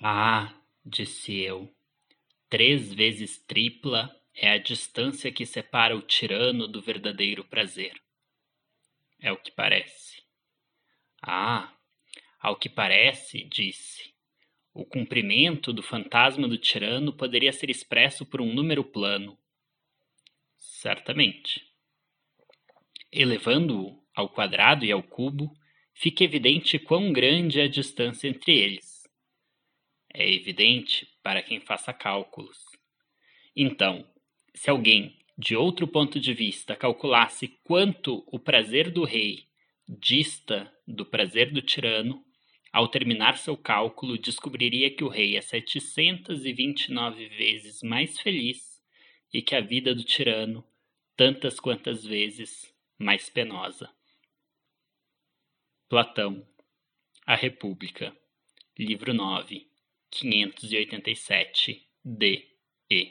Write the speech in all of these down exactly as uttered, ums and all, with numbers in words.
Ah, disse eu, três vezes tripla é a distância que separa o tirano do verdadeiro prazer. É o que parece. Ah, ao que parece, disse, o cumprimento do fantasma do tirano poderia ser expresso por um número plano. Certamente. Elevando-o ao quadrado e ao cubo, fica evidente quão grande é a distância entre eles. É evidente para quem faça cálculos. Então, se alguém, de outro ponto de vista, calculasse quanto o prazer do rei dista do prazer do tirano, ao terminar seu cálculo, descobriria que o rei é setecentas e vinte e nove vezes mais feliz e que a vida do tirano, tantas quantas vezes, mais penosa. Platão, A República, livro nove, quinhentos e oitenta e sete, D E.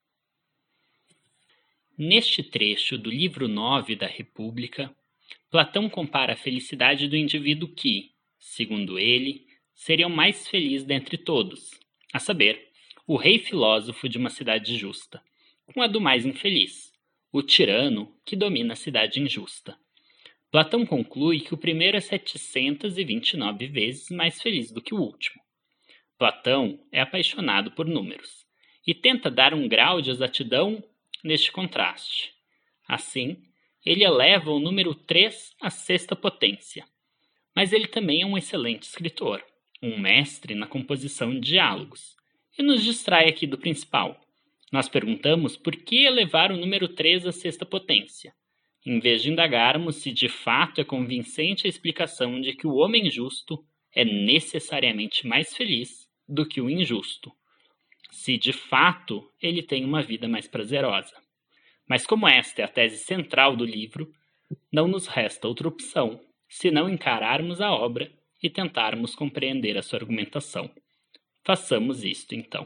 Neste trecho do livro nove da República, Platão compara a felicidade do indivíduo que, segundo ele, seria o mais feliz dentre todos, a saber, o rei filósofo de uma cidade justa, com a do mais infeliz, o tirano que domina a cidade injusta. Platão conclui que o primeiro é setecentas e vinte e nove vezes mais feliz do que o último. Platão é apaixonado por números e tenta dar um grau de exatidão neste contraste. Assim, ele eleva o número três à sexta potência. Mas ele também é um excelente escritor, um mestre na composição de diálogos, e nos distrai aqui do principal. Nós perguntamos por que elevar o número três à sexta potência, em vez de indagarmos se de fato é convincente a explicação de que o homem justo é necessariamente mais feliz do que o injusto, se de fato ele tem uma vida mais prazerosa. Mas como esta é a tese central do livro, não nos resta outra opção, se não encararmos a obra e tentarmos compreender a sua argumentação. Façamos isto, então.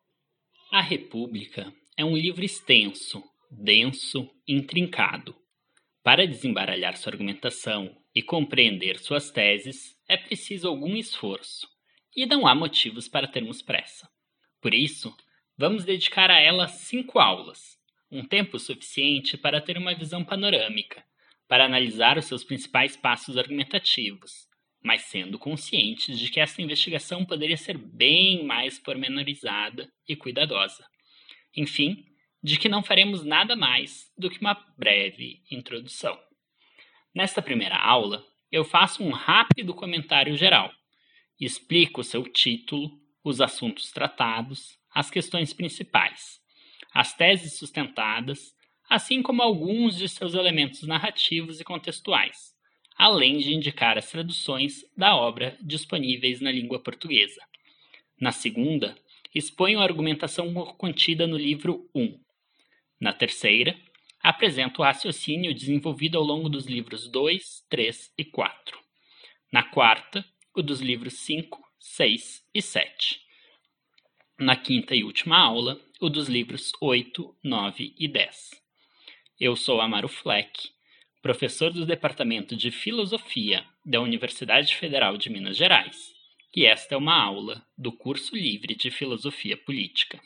A República é um livro extenso, denso e intrincado. Para desembaralhar sua argumentação e compreender suas teses, é preciso algum esforço, e não há motivos para termos pressa. Por isso, vamos dedicar a ela cinco aulas, um tempo suficiente para ter uma visão panorâmica, para analisar os seus principais passos argumentativos, mas sendo conscientes de que essa investigação poderia ser bem mais pormenorizada e cuidadosa. Enfim, de que não faremos nada mais do que uma breve introdução. Nesta primeira aula, eu faço um rápido comentário geral. Explico o seu título, os assuntos tratados, as questões principais, as teses sustentadas, assim como alguns de seus elementos narrativos e contextuais, além de indicar as traduções da obra disponíveis na língua portuguesa. Na segunda, exponho a argumentação contida no livro um. Na terceira, apresento o raciocínio desenvolvido ao longo dos livros dois, três e quatro. Na quarta, o dos livros cinco, seis e sete. Na quinta e última aula, o dos livros oito, nove e dez. Eu sou Amaro Fleck, professor do Departamento de Filosofia da Universidade Federal de Minas Gerais, e esta é uma aula do curso livre de Filosofia Política.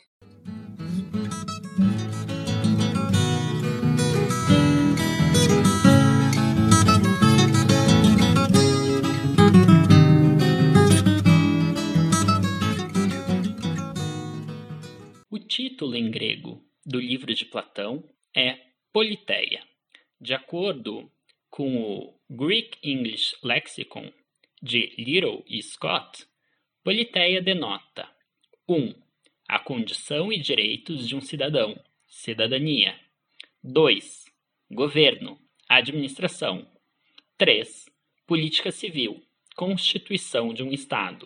O título em grego do livro de Platão é Politeia. De acordo com o Greek English Lexicon de Little e Scott, politeia denota um. A condição e direitos de um cidadão, cidadania. dois. Governo, administração. três. Política civil, constituição de um Estado.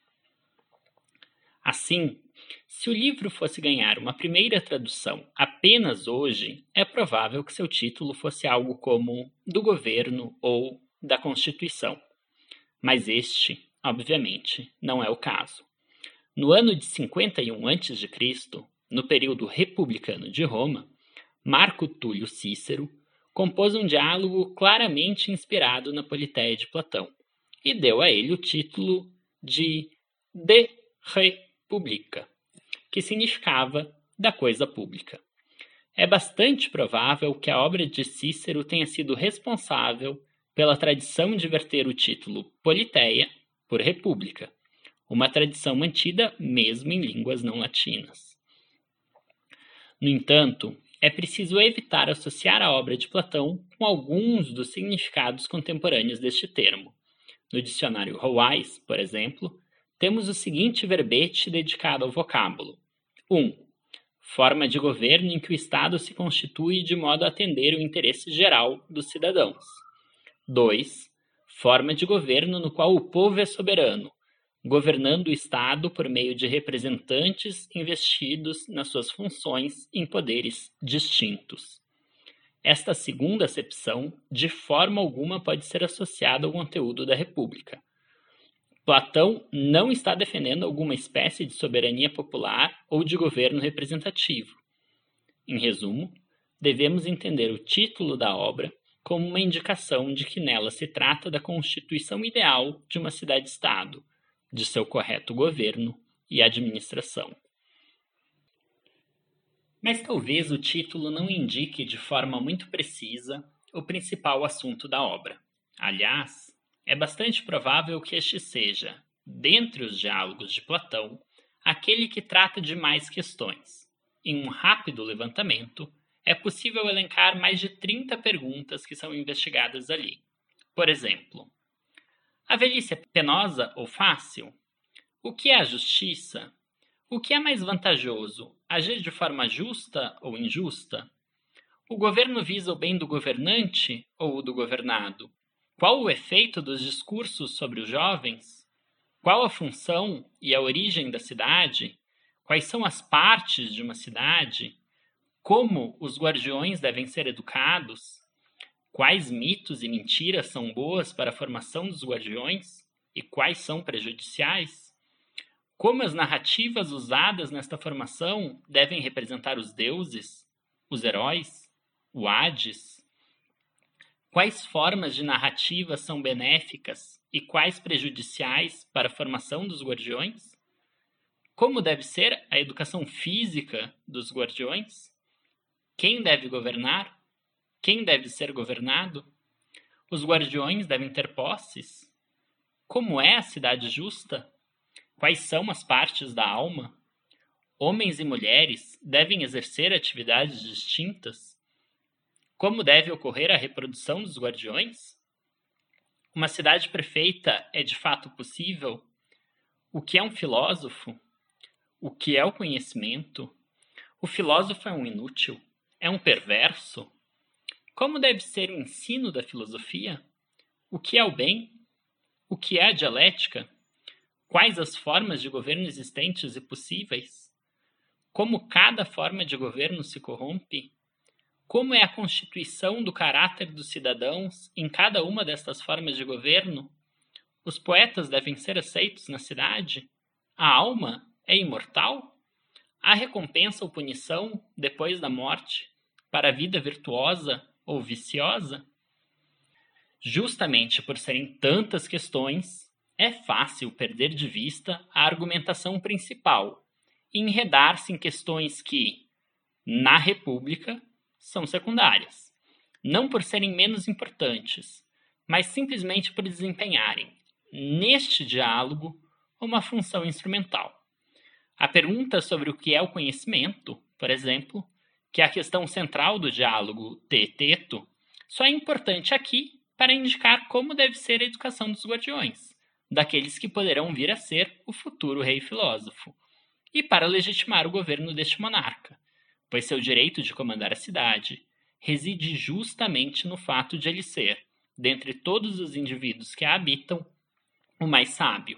Assim, se o livro fosse ganhar uma primeira tradução apenas hoje, é provável que seu título fosse algo como do governo ou da Constituição. Mas este, obviamente, não é o caso. No ano de cinquenta e um antes de Cristo, no período republicano de Roma, Marco Túlio Cícero compôs um diálogo claramente inspirado na Politeia de Platão e deu a ele o título de De Republica, que significava da coisa pública. É bastante provável que a obra de Cícero tenha sido responsável pela tradição de inverter o título Politeia por República, uma tradição mantida mesmo em línguas não latinas. No entanto, é preciso evitar associar a obra de Platão com alguns dos significados contemporâneos deste termo. No dicionário Howais, por exemplo, temos o seguinte verbete dedicado ao vocábulo. um. Forma de governo em que o Estado se constitui de modo a atender o interesse geral dos cidadãos. dois. Forma de governo no qual o povo é soberano, governando o Estado por meio de representantes investidos nas suas funções em poderes distintos. Esta segunda acepção, de forma alguma, pode ser associada ao conteúdo da República. Platão não está defendendo alguma espécie de soberania popular ou de governo representativo. Em resumo, devemos entender o título da obra como uma indicação de que nela se trata da constituição ideal de uma cidade-estado, de seu correto governo e administração. Mas talvez o título não indique de forma muito precisa o principal assunto da obra. Aliás, é bastante provável que este seja, dentre os diálogos de Platão, aquele que trata de mais questões. Em um rápido levantamento, é possível elencar mais de trinta perguntas que são investigadas ali. Por exemplo, a velhice é penosa ou fácil? O que é a justiça? O que é mais vantajoso, agir de forma justa ou injusta? O governo visa o bem do governante ou o do governado? Qual o efeito dos discursos sobre os jovens? Qual a função e a origem da cidade? Quais são as partes de uma cidade? Como os guardiões devem ser educados? Quais mitos e mentiras são boas para a formação dos guardiões e quais são prejudiciais? Como as narrativas usadas nesta formação devem representar os deuses, os heróis, o Hades? Quais formas de narrativa são benéficas e quais prejudiciais para a formação dos guardiões? Como deve ser a educação física dos guardiões? Quem deve governar? Quem deve ser governado? Os guardiões devem ter posses? Como é a cidade justa? Quais são as partes da alma? Homens e mulheres devem exercer atividades distintas? Como deve ocorrer a reprodução dos guardiões? Uma cidade perfeita é de fato possível? O que é um filósofo? O que é o conhecimento? O filósofo é um inútil? É um perverso? Como deve ser o ensino da filosofia? O que é o bem? O que é a dialética? Quais as formas de governo existentes e possíveis? Como cada forma de governo se corrompe? Como é a constituição do caráter dos cidadãos em cada uma destas formas de governo? Os poetas devem ser aceitos na cidade? A alma é imortal? Há recompensa ou punição depois da morte para a vida virtuosa ou viciosa? Justamente por serem tantas questões, é fácil perder de vista a argumentação principal e enredar-se em questões que, na República, são secundárias, não por serem menos importantes, mas simplesmente por desempenharem, neste diálogo, uma função instrumental. A pergunta sobre o que é o conhecimento, por exemplo, que é a questão central do diálogo Teeteto, só é importante aqui para indicar como deve ser a educação dos guardiões, daqueles que poderão vir a ser o futuro rei filósofo, e para legitimar o governo deste monarca, pois seu direito de comandar a cidade reside justamente no fato de ele ser, dentre todos os indivíduos que a habitam, o mais sábio.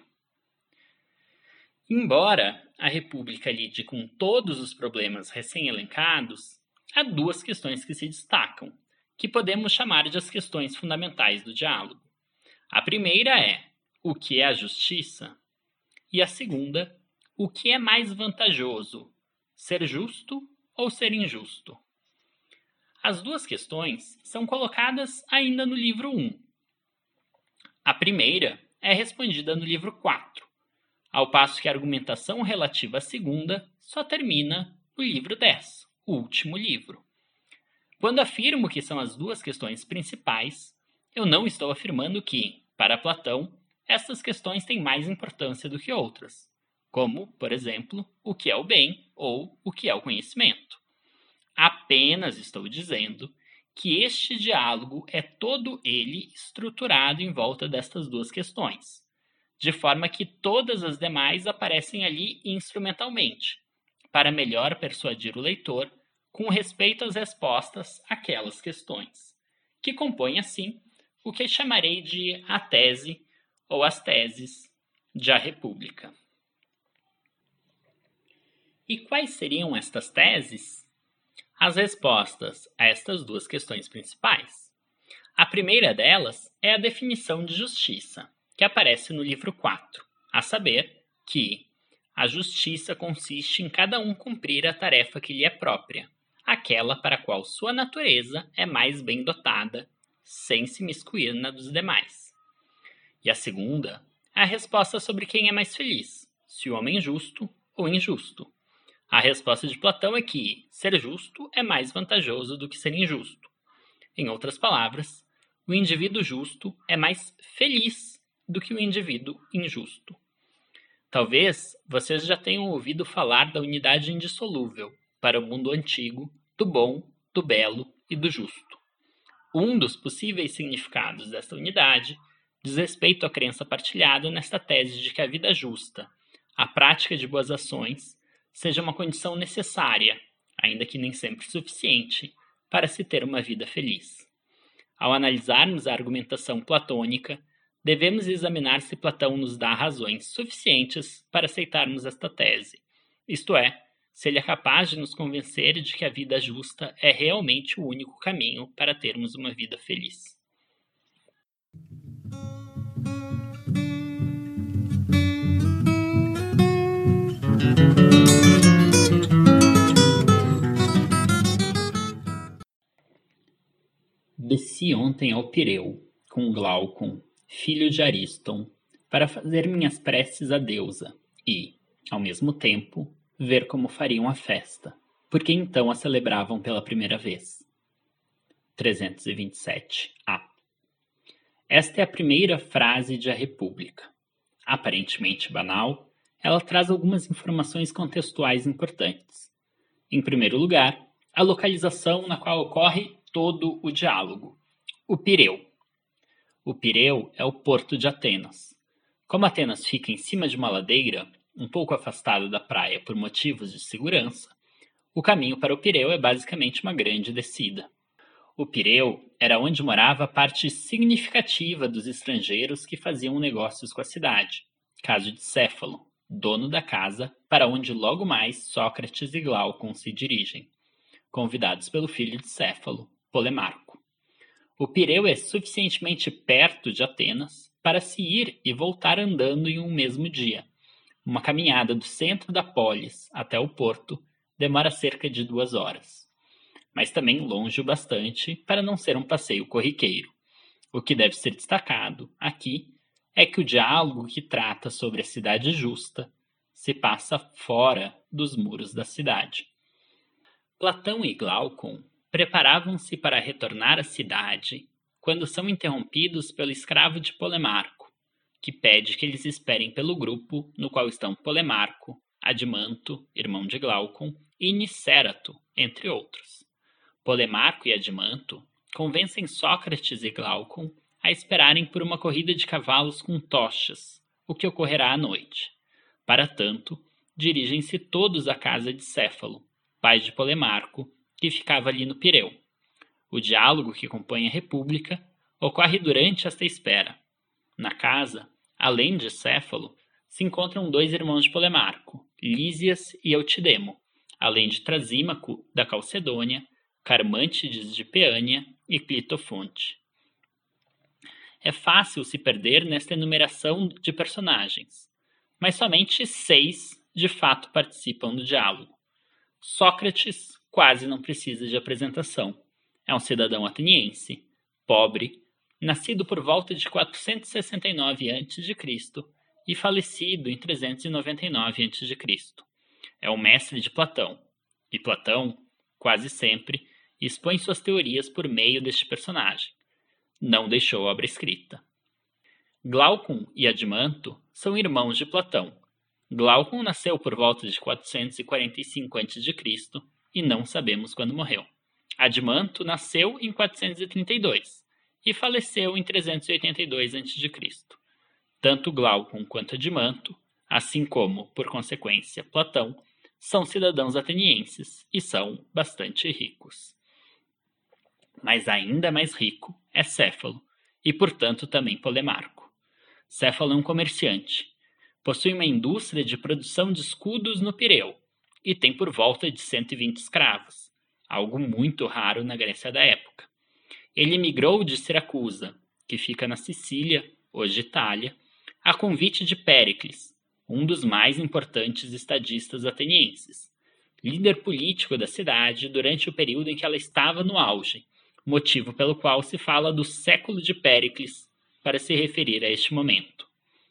Embora a República lide com todos os problemas recém-elencados, há duas questões que se destacam, que podemos chamar de as questões fundamentais do diálogo. A primeira é: o que é a justiça? E a segunda, o que é mais vantajoso, ser justo ou ser injusto? As duas questões são colocadas ainda no livro um. A primeira é respondida no livro quatro. ao passo que a argumentação relativa à segunda só termina no livro dez, o último livro. Quando afirmo que são as duas questões principais, eu não estou afirmando que, para Platão, estas questões têm mais importância do que outras, como, por exemplo, o que é o bem ou o que é o conhecimento. Apenas estou dizendo que este diálogo é todo ele estruturado em volta destas duas questões, de forma que todas as demais aparecem ali instrumentalmente, para melhor persuadir o leitor com respeito às respostas àquelas questões, que compõem, assim, o que chamarei de a tese ou as teses de A República. E quais seriam estas teses? As respostas a estas duas questões principais. A primeira delas é a definição de justiça, que aparece no livro quatro, a saber que a justiça consiste em cada um cumprir a tarefa que lhe é própria, aquela para a qual sua natureza é mais bem dotada, sem se miscuir na dos demais. E a segunda é a resposta sobre quem é mais feliz, se o homem justo ou injusto. A resposta de Platão é que ser justo é mais vantajoso do que ser injusto. Em outras palavras, o indivíduo justo é mais feliz do que o indivíduo injusto. Talvez vocês já tenham ouvido falar da unidade indissolúvel para o mundo antigo do bom, do belo e do justo. Um dos possíveis significados desta unidade diz respeito à crença partilhada nesta tese de que a vida justa, a prática de boas ações, seja uma condição necessária, ainda que nem sempre suficiente, para se ter uma vida feliz. Ao analisarmos a argumentação platônica, devemos examinar se Platão nos dá razões suficientes para aceitarmos esta tese, isto é, se ele é capaz de nos convencer de que a vida justa é realmente o único caminho para termos uma vida feliz. Desci ontem ao Pireu, com Glaucon, filho de Ariston, para fazer minhas preces à deusa e, ao mesmo tempo, ver como fariam a festa, porque então a celebravam pela primeira vez. trezentos e vinte e sete A. Esta é a primeira frase de A República. Aparentemente banal, ela traz algumas informações contextuais importantes. Em primeiro lugar, a localização na qual ocorre todo o diálogo, o Pireu. O Pireu é o porto de Atenas. Como Atenas fica em cima de uma ladeira, um pouco afastado da praia por motivos de segurança, o caminho para o Pireu é basicamente uma grande descida. O Pireu era onde morava a parte significativa dos estrangeiros que faziam negócios com a cidade, caso de Céfalo, dono da casa para onde logo mais Sócrates e Glaucon se dirigem, convidados pelo filho de Céfalo, Polemarco. O Pireu é suficientemente perto de Atenas para se ir e voltar andando em um mesmo dia. Uma caminhada do centro da polis até o porto demora cerca de duas horas, mas também longe o bastante para não ser um passeio corriqueiro. O que deve ser destacado aqui é que o diálogo que trata sobre a cidade justa se passa fora dos muros da cidade. Platão e Glaucon preparavam-se para retornar à cidade quando são interrompidos pelo escravo de Polemarco, que pede que eles esperem pelo grupo no qual estão Polemarco, Adimanto, irmão de Glaucon, e Nicérato, entre outros. Polemarco e Adimanto convencem Sócrates e Glaucon a esperarem por uma corrida de cavalos com tochas, o que ocorrerá à noite. Para tanto, dirigem-se todos à casa de Céfalo, pai de Polemarco, que ficava ali no Pireu. O diálogo que compõe a República ocorre durante esta espera. Na casa, além de Céfalo, se encontram dois irmãos de Polemarco, Lísias e Eutidemo, além de Trasímaco, da Calcedônia, Carmântides de Peânia e Clitofonte. É fácil se perder nesta enumeração de personagens, mas somente seis de fato participam do diálogo. Sócrates quase não precisa de apresentação. É um cidadão ateniense, pobre, nascido por volta de quatrocentos e sessenta e nove antes de Cristo e falecido em trezentos e noventa e nove antes de Cristo. É o mestre de Platão, e Platão, quase sempre, expõe suas teorias por meio deste personagem. Não deixou obra escrita. Glaucon e Adimanto são irmãos de Platão. Glaucon nasceu por volta de quatrocentos e quarenta e cinco antes de Cristo e não sabemos quando morreu. Adimanto nasceu em quatrocentos e trinta e dois e faleceu em trezentos e oitenta e dois antes de Cristo. Tanto Glaucon quanto Adimanto, assim como, por consequência, Platão, são cidadãos atenienses e são bastante ricos. Mas ainda mais rico é Céfalo, e portanto também Polemarco. Céfalo é um comerciante, possui uma indústria de produção de escudos no Pireu e tem por volta de cento e vinte escravos, algo muito raro na Grécia da época. Ele migrou de Siracusa, que fica na Sicília, hoje Itália, a convite de Péricles, um dos mais importantes estadistas atenienses, líder político da cidade durante o período em que ela estava no auge, motivo pelo qual se fala do século de Péricles para se referir a este momento.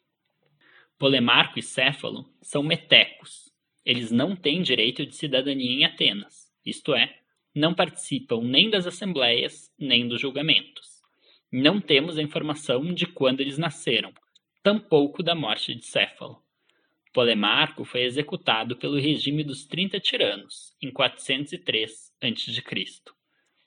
Polemarco e Céfalo são metecos. Eles não têm direito de cidadania em Atenas, isto é, não participam nem das assembleias nem dos julgamentos. Não temos a informação de quando eles nasceram, tampouco da morte de Céfalo. Polemarco foi executado pelo regime dos trinta tiranos, em quatrocentos e três antes de Cristo.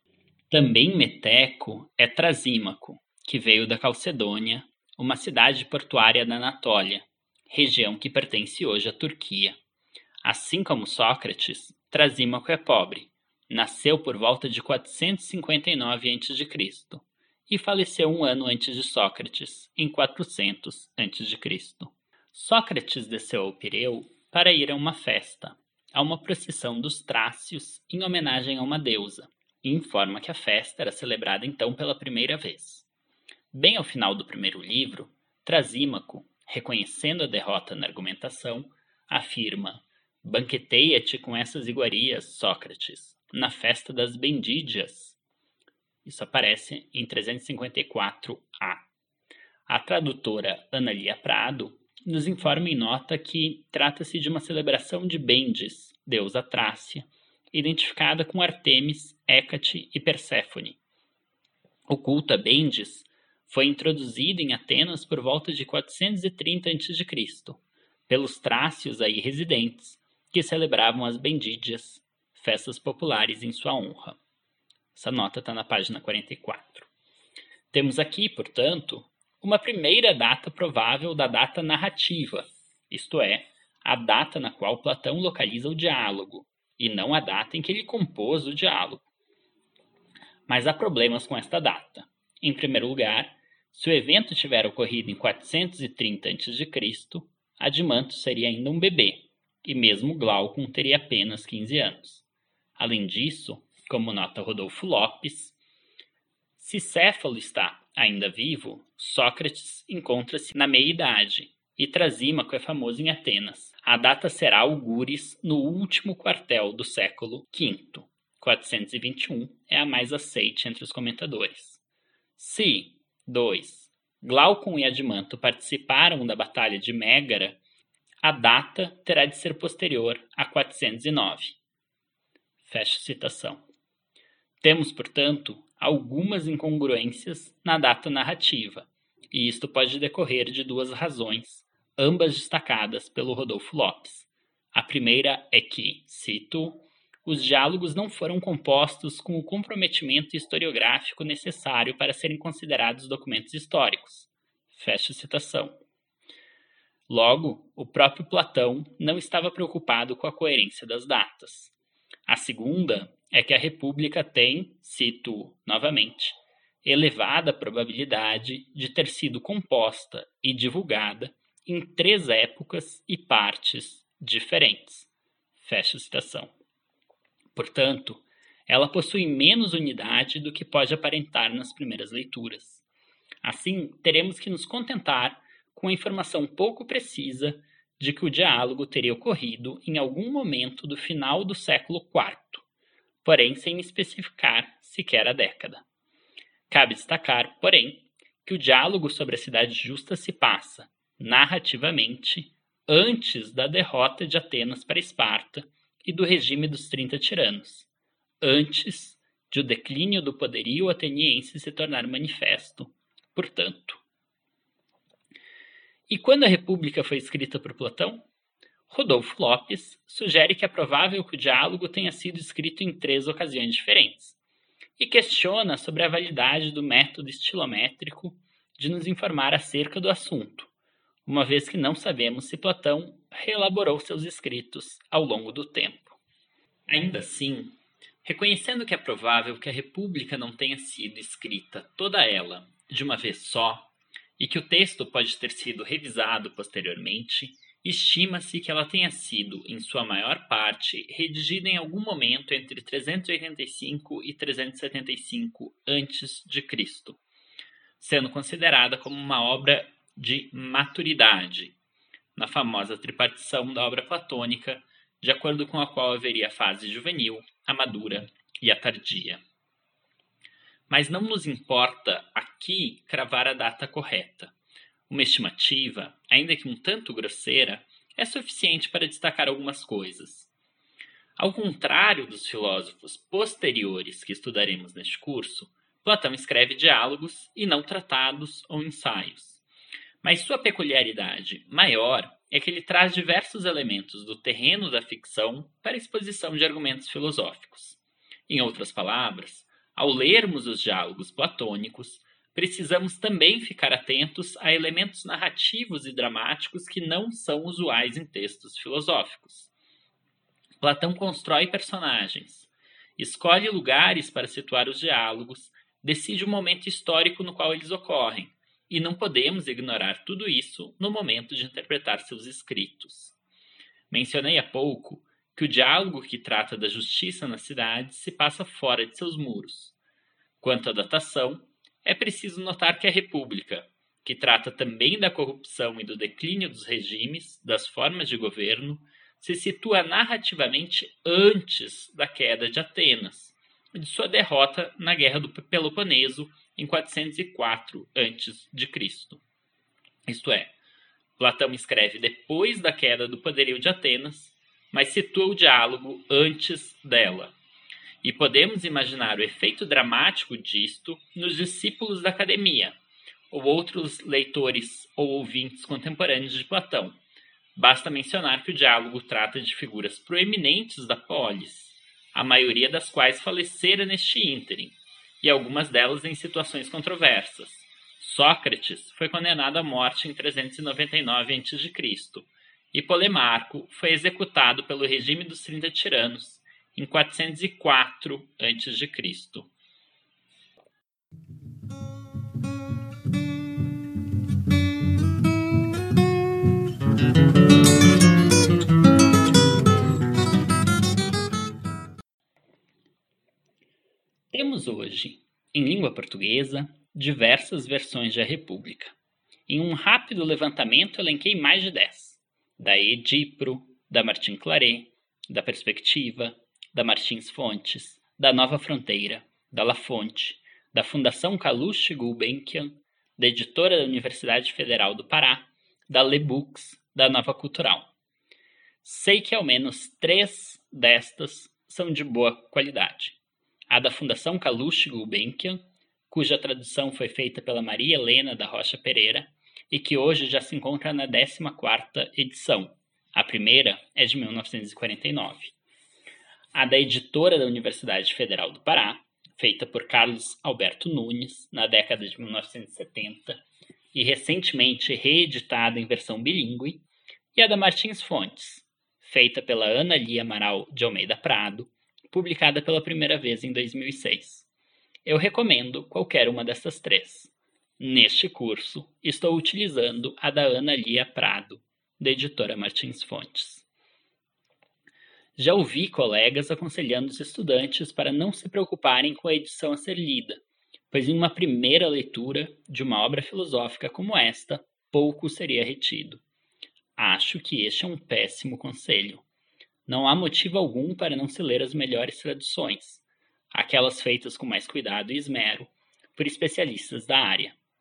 Também meteco é Trasímaco, que veio da Calcedônia, uma cidade portuária da Anatólia, região que pertence hoje à Turquia. Assim como Sócrates, Trasímaco é pobre, nasceu por volta de quatrocentos e cinquenta e nove antes de Cristo e faleceu um ano antes de Sócrates, em quatrocentos antes de Cristo. Sócrates desceu ao Pireu para ir a uma festa, a uma procissão dos Trácios em homenagem a uma deusa, e informa que a festa era celebrada então pela primeira vez. Bem ao final do primeiro livro, Trasímaco, reconhecendo a derrota na argumentação, afirma: banqueteia-te com essas iguarias, Sócrates, na festa das Bendídias. Isso aparece em trezentos e cinquenta e quatro A. A tradutora Ana Lia Prado nos informa em nota que trata-se de uma celebração de Bendis, deusa Trácia, identificada com Artemis, Hécate e Perséfone. O culto a Bendis foi introduzido em Atenas por volta de quatrocentos e trinta antes de Cristo, pelos trácios aí residentes, que celebravam as Bendídias, festas populares em sua honra. Essa nota está na página quarenta e quatro. Temos aqui, portanto, uma primeira data provável da data narrativa, isto é, a data na qual Platão localiza o diálogo, e não a data em que ele compôs o diálogo. Mas há problemas com esta data. Em primeiro lugar, se o evento tiver ocorrido em quatrocentos e trinta antes de Cristo, Adimanto seria ainda um bebê, e mesmo Glaucon teria apenas quinze anos. Além disso, como nota Rodolfo Lopes, se Céfalo está ainda vivo, Sócrates encontra-se na meia-idade, e Trasímaco é famoso em Atenas. A data será algures no último quartel do século quinto. quatrocentos e vinte e um é a mais aceite entre os comentadores. Se, dois, Glaucon e Adimanto participaram da Batalha de Mégara, a data terá de ser posterior a quatrocentos e nove. Fecha citação. Temos, portanto, algumas incongruências na data narrativa, e isto pode decorrer de duas razões, ambas destacadas pelo Rodolfo Lopes. A primeira é que, cito, os diálogos não foram compostos com o comprometimento historiográfico necessário para serem considerados documentos históricos. Fecha citação. Logo, o próprio Platão não estava preocupado com a coerência das datas. A segunda é que a República tem, cito novamente, elevada probabilidade de ter sido composta e divulgada em três épocas e partes diferentes. Fecha a citação. Portanto, ela possui menos unidade do que pode aparentar nas primeiras leituras. Assim, teremos que nos contentar com a informação pouco precisa de que o diálogo teria ocorrido em algum momento do final do século quarto, porém sem especificar sequer a década. Cabe destacar, porém, que o diálogo sobre a cidade justa se passa, narrativamente, antes da derrota de Atenas para Esparta e do regime dos trinta tiranos, antes de o declínio do poderio ateniense se tornar manifesto, portanto. E quando a República foi escrita por Platão? Rodolfo Lopes sugere que é provável que o diálogo tenha sido escrito em três ocasiões diferentes, e questiona sobre a validade do método estilométrico de nos informar acerca do assunto, uma vez que não sabemos se Platão reelaborou seus escritos ao longo do tempo. Ainda assim, reconhecendo que é provável que a República não tenha sido escrita toda ela de uma vez só, e que o texto pode ter sido revisado posteriormente, estima-se que ela tenha sido, em sua maior parte, redigida em algum momento entre trezentos e oitenta e cinco e trezentos e setenta e cinco antes de Cristo, sendo considerada como uma obra de maturidade, na famosa tripartição da obra platônica, de acordo com a qual haveria a fase juvenil, a madura e a tardia. Mas não nos importa aqui cravar a data correta. Uma estimativa, ainda que um tanto grosseira, é suficiente para destacar algumas coisas. Ao contrário dos filósofos posteriores que estudaremos neste curso, Platão escreve diálogos e não tratados ou ensaios. Mas sua peculiaridade maior é que ele traz diversos elementos do terreno da ficção para a exposição de argumentos filosóficos. Em outras palavras, ao lermos os diálogos platônicos, precisamos também ficar atentos a elementos narrativos e dramáticos que não são usuais em textos filosóficos. Platão constrói personagens, escolhe lugares para situar os diálogos, decide o momento histórico no qual eles ocorrem, e não podemos ignorar tudo isso no momento de interpretar seus escritos. Mencionei há pouco que o diálogo que trata da justiça na cidade se passa fora de seus muros. Quanto à datação, é preciso notar que a República, que trata também da corrupção e do declínio dos regimes, das formas de governo, se situa narrativamente antes da queda de Atenas e de sua derrota na Guerra do Peloponeso em quatrocentos e quatro antes de Cristo. Isto é, Platão escreve depois da queda do poderio de Atenas, mas situa o diálogo antes dela. E podemos imaginar o efeito dramático disto nos discípulos da academia, ou outros leitores ou ouvintes contemporâneos de Platão. Basta mencionar que o diálogo trata de figuras proeminentes da polis, a maioria das quais falecera neste ínterim, e algumas delas em situações controversas. Sócrates foi condenado à morte em trezentos e noventa e nove antes de Cristo, e Polemarco foi executado pelo regime dos trinta tiranos em quatrocentos e quatro antes de Cristo. Temos hoje, em língua portuguesa, diversas versões da República. Em um rápido levantamento, elenquei mais de dez. Da Edipro, da Martin Claret, da Perspectiva, da Martins Fontes, da Nova Fronteira, da La Fonte, da Fundação Calouste Gulbenkian, da Editora da Universidade Federal do Pará, da Lebooks, da Nova Cultural. Sei que ao menos três destas são de boa qualidade. A da Fundação Calouste Gulbenkian, cuja tradução foi feita pela Maria Helena da Rocha Pereira e que hoje já se encontra na décima quarta edição. A primeira é de mil novecentos e quarenta e nove. A da Editora da Universidade Federal do Pará, feita por Carlos Alberto Nunes na década de mil novecentos e setenta e recentemente reeditada em versão bilíngue, e a da Martins Fontes, feita pela Ana Lia Amaral de Almeida Prado, publicada pela primeira vez em dois mil e seis. Eu recomendo qualquer uma dessas três. Neste curso, estou utilizando a da Ana Lia Prado, da editora Martins Fontes. Já ouvi colegas aconselhando os estudantes para não se preocuparem com a edição a ser lida, pois em uma primeira leitura de uma obra filosófica como esta, pouco seria retido. Acho que este é um péssimo conselho. Não há motivo algum para não se ler as melhores traduções, aquelas feitas com mais cuidado e esmero, por especialistas da área.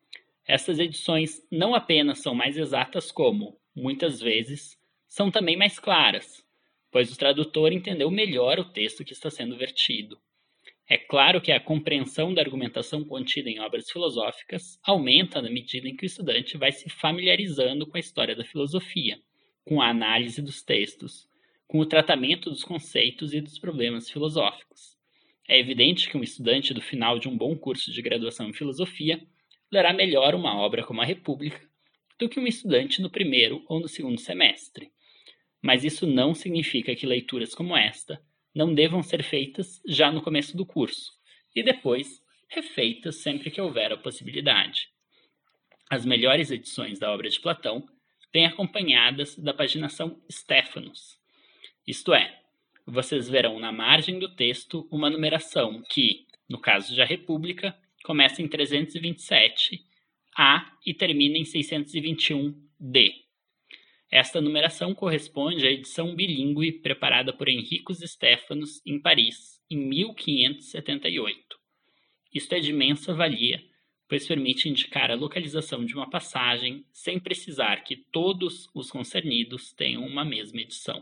Essas edições não apenas são mais exatas como, muitas vezes, são também mais claras, pois o tradutor entendeu melhor o texto que está sendo vertido. É claro que a compreensão da argumentação contida em obras filosóficas aumenta na medida em que o estudante vai se familiarizando com a história da filosofia, com a análise dos textos, com o tratamento dos conceitos e dos problemas filosóficos. É evidente que um estudante do final de um bom curso de graduação em filosofia lerá melhor uma obra como a República do que um estudante no primeiro ou no segundo semestre. Mas isso não significa que leituras como esta não devam ser feitas já no começo do curso e depois refeitas sempre que houver a possibilidade. As melhores edições da obra de Platão vêm acompanhadas da paginação Stephanos, isto é, vocês verão na margem do texto uma numeração que, no caso de A República, começa em trezentos e vinte e sete A e termina em seiscentos e vinte e um D. Esta numeração corresponde à edição bilíngue preparada por Henricus Stephanos em Paris, em mil quinhentos e setenta e oito. Isto é de imensa valia, pois permite indicar a localização de uma passagem sem precisar que todos os concernidos tenham uma mesma edição.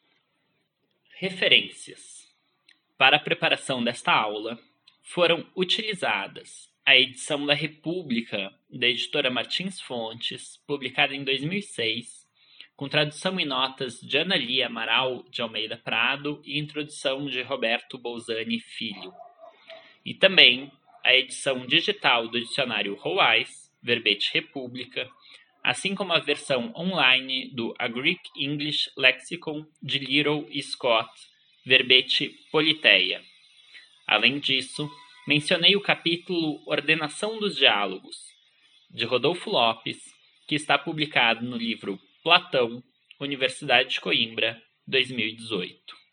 Referências. Para a preparação desta aula, foram utilizadas a edição da República, da editora Martins Fontes, publicada em dois mil e seis, com tradução e notas de Ana Lia Amaral de Almeida Prado e introdução de Roberto Bolzani Filho. E também a edição digital do dicionário Roais, Verbete República, assim como a versão online do A Greek English Lexicon de Little e Scott, Verbete Politeia. Além disso, mencionei o capítulo Ordenação dos Diálogos, de Rodolfo Lopes, que está publicado no livro Platão, Universidade de Coimbra, dois mil e dezoito.